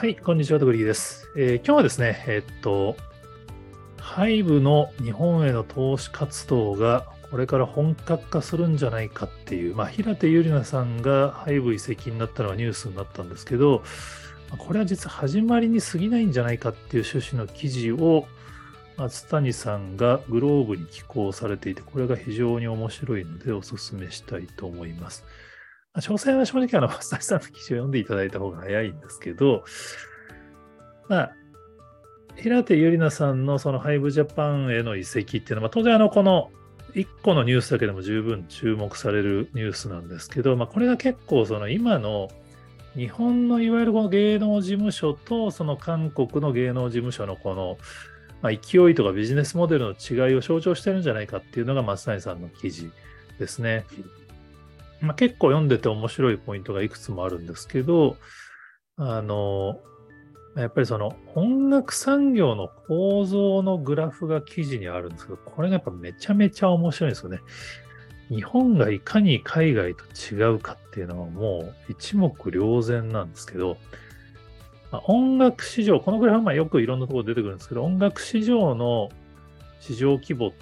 はい、こんにちは、とぐりです。今日はですね、ハイブの日本への投資活動がこれから本格化するんじゃないかっていう、平手友梨奈さんがハイブ移籍になったのはニュースになったんですけど、これは実は始まりに過ぎないんじゃないかっていう趣旨の記事を松谷さんがグローブに寄稿されていて、これが非常に面白いのでお勧めしたいと思います。詳細は正直松谷さんの記事を読んでいただいた方が早いんですけど、平手友梨奈さんのそのハイブジャパンへの移籍っていうのは、当然この1個のニュースだけでも十分注目されるニュースなんですけど、これが結構その今の日本のいわゆるこの芸能事務所とその韓国の芸能事務所のこの勢いとかビジネスモデルの違いを象徴してるんじゃないかっていうのが松谷さんの記事ですね。結構読んでて面白いポイントがいくつもあるんですけど、やっぱりその音楽産業の構造のグラフが記事にあるんですけど、これがやっぱめちゃめちゃ面白いんですよね。日本がいかに海外と違うかっていうのはもう一目瞭然なんですけど、音楽市場、このグラフはよくいろんなところで出てくるんですけど、音楽市場の市場規模って、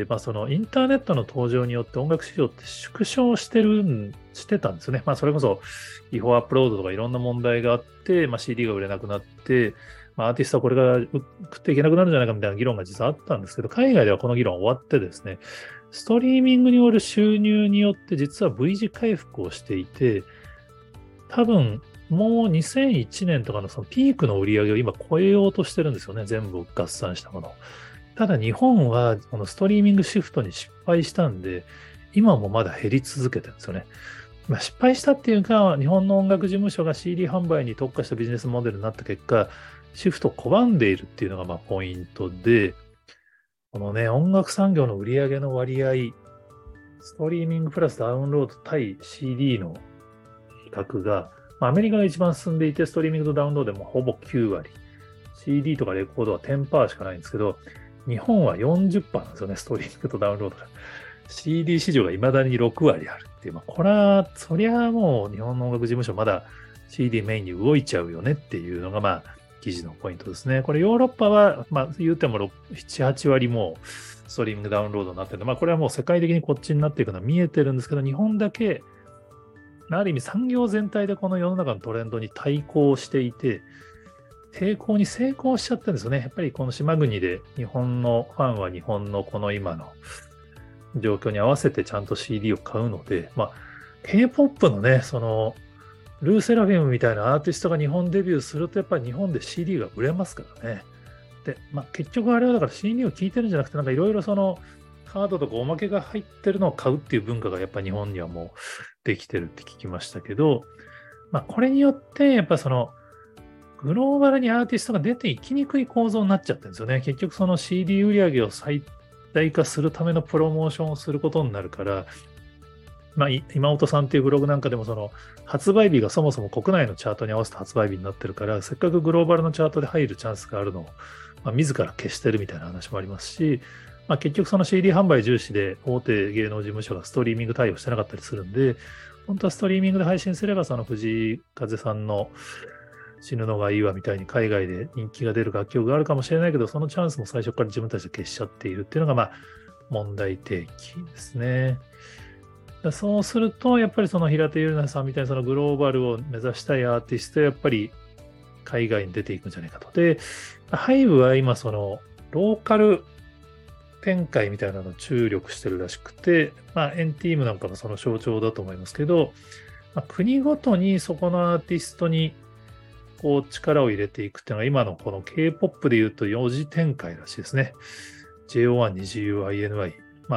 そのインターネットの登場によって音楽市場って縮小してたんですよね。それこそ違法アップロードとかいろんな問題があって、CD が売れなくなって、アーティストはこれから食っていけなくなるんじゃないかみたいな議論が実はあったんですけど、海外ではこの議論終わってですね、ストリーミングによる収入によって実は V 字回復をしていて、多分もう2001年とかのそのピークの売り上げを今超えようとしてるんですよね。全部合算したもの。ただ日本はこのストリーミングシフトに失敗したんで、今もまだ減り続けてるんですよね。失敗したっていうか、日本の音楽事務所が CD 販売に特化したビジネスモデルになった結果、シフトを拒んでいるっていうのがポイントで、このね、音楽産業の売り上げの割合、ストリーミングプラスダウンロード対 CD の比較が、アメリカが一番進んでいて、ストリーミングとダウンロードでもほぼ9割、CD とかレコードは10%しかないんですけど、日本は40%なんですよね、ストリーミングとダウンロードが。CD 市場が未だに6割あるっていう、これは、そりゃもう日本の音楽事務所まだ CD メインに動いちゃうよねっていうのが、記事のポイントですね。これヨーロッパは、言うても7、8割もうストリーミングダウンロードになってるんで、これはもう世界的にこっちになっていくのは見えてるんですけど、日本だけ、ある意味産業全体でこの世の中のトレンドに対抗していて、抵抗に成功しちゃってるんですよね。やっぱりこの島国で日本のファンは日本のこの今の状況に合わせてちゃんと CD を買うので、K-POP のね、その、ルーセラフィムみたいなアーティストが日本デビューすると、やっぱり日本で CD が売れますからね。で、結局あれはだから CD を聴いてるんじゃなくて、いろいろその、カードとかおまけが入ってるのを買うっていう文化がやっぱ日本にはもうできてるって聞きましたけど、これによってやっぱそのグローバルにアーティストが出ていきにくい構造になっちゃってるんですよね。結局その CD 売上を最大化するためのプロモーションをすることになるから、今本さんっていうブログなんかでもその発売日がそもそも国内のチャートに合わせた発売日になってるから、せっかくグローバルのチャートで入るチャンスがあるのを、自ら消してるみたいな話もありますし、結局その CD 販売重視で大手芸能事務所がストリーミング対応してなかったりするんで、本当はストリーミングで配信すればその藤井風さんの死ぬのがいいわみたいに海外で人気が出る楽曲があるかもしれないけど、そのチャンスも最初から自分たちで消しちゃっているっていうのが、問題提起ですね。そうすると、やっぱりその平手友梨奈さんみたいなそのグローバルを目指したいアーティストはやっぱり海外に出ていくんじゃないかと。で、ハイブは今そのローカル展開みたいなのを注力してるらしくて、エンティームなんかもその象徴だと思いますけど、国ごとにそこのアーティストにこう力を入れていくっていうのが今のこの K-POP で言うと4次展開らしいですね。JO1、2GU、INI。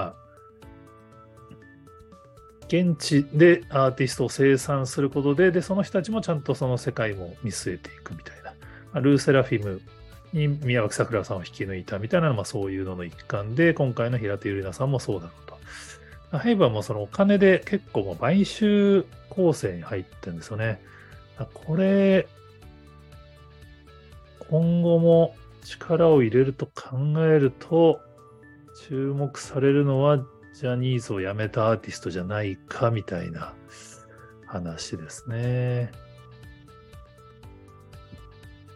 現地でアーティストを生産することで、その人たちもちゃんとその世界も見据えていくみたいな。ルーセラフィムに宮脇さくらさんを引き抜いたみたいなのは、そういうのの一環で、今回の平手友梨奈さんもそうだろうと。ハイブはもうそのお金で結構もう買収構成に入ってるんですよね。これ、今後も力を入れると考えると、注目されるのはジャニーズを辞めたアーティストじゃないかみたいな話ですね。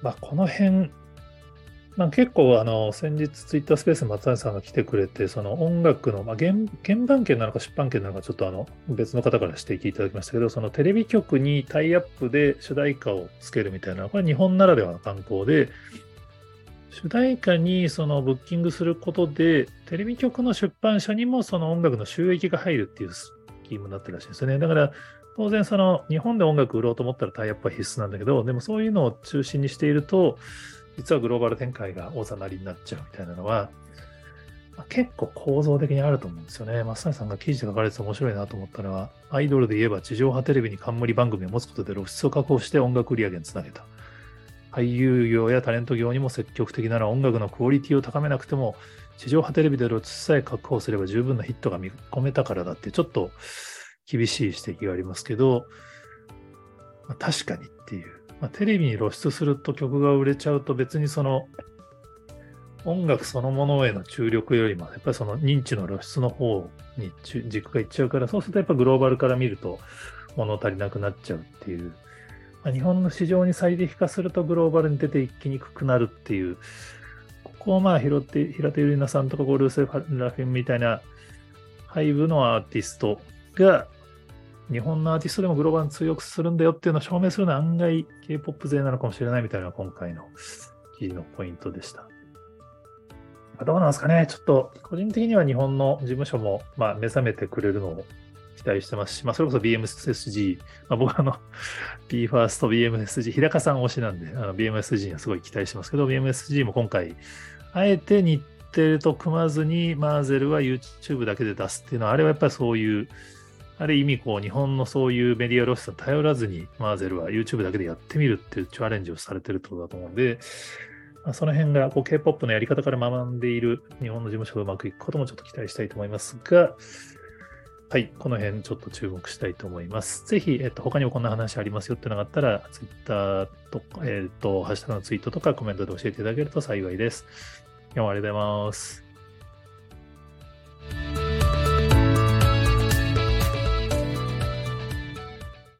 この辺、結構先日ツイッタースペースに松谷さんが来てくれて、その音楽の、原版権なのか出版権なのかちょっと別の方から指摘いただきましたけど、そのテレビ局にタイアップで主題歌をつけるみたいな、これ日本ならではの観光で、主題歌にそのブッキングすることで、テレビ局の出版社にもその音楽の収益が入るっていうスキームになってるらしいんですよね。だから当然その日本で音楽売ろうと思ったらタイアップは必須なんだけど、でもそういうのを中心にしていると、実はグローバル展開がおざなりになっちゃうみたいなのは、結構構造的にあると思うんですよね。松谷さんが記事で書かれてて面白いなと思ったのは、アイドルで言えば地上波テレビに冠番組を持つことで露出を確保して音楽売り上げにつなげた。俳優業やタレント業にも積極的なら音楽のクオリティを高めなくても、地上波テレビで露出さえ確保すれば十分なヒットが見込めたからだって、ちょっと厳しい指摘がありますけど、確かにっていう。テレビに露出すると曲が売れちゃうと別にその音楽そのものへの注力よりもやっぱりその認知の露出の方に軸がいっちゃうから、そうするとやっぱグローバルから見ると物足りなくなっちゃうっていう。日本の市場に最適化するとグローバルに出ていきにくくなるっていう、ここを平手友梨奈さんとかルーセフ・ラフィンみたいなハイブのアーティストが日本のアーティストでもグローバルに通用するんだよっていうのを証明するのは案外 K-POP 勢なのかもしれないみたいなのが今回の記事のポイントでした。どうなんですかね。ちょっと個人的には日本の事務所も目覚めてくれるのを期待してますし、それこそ BMSG、僕はBE:FIRST、BMSG、日高さん推しなんで、BMSG にはすごい期待してますけど、BMSG も今回、あえて日程と組まずに、マーゼルは YouTube だけで出すっていうのは、あれはやっぱりそういう、ある意味日本のそういうメディア露出を頼らずに、マーゼルは YouTube だけでやってみるっていうチャレンジをされてるってことだと思うんで、その辺がK-POP のやり方から学んでいる日本の事務所がうまくいくこともちょっと期待したいと思いますが、はい、この辺ちょっと注目したいと思います。ぜひ、他にもこんな話ありますよっていうのがあったら、Twitter とか、ハッシュタグのツイートとかコメントで教えていただけると幸いです。今日もありがとうございます。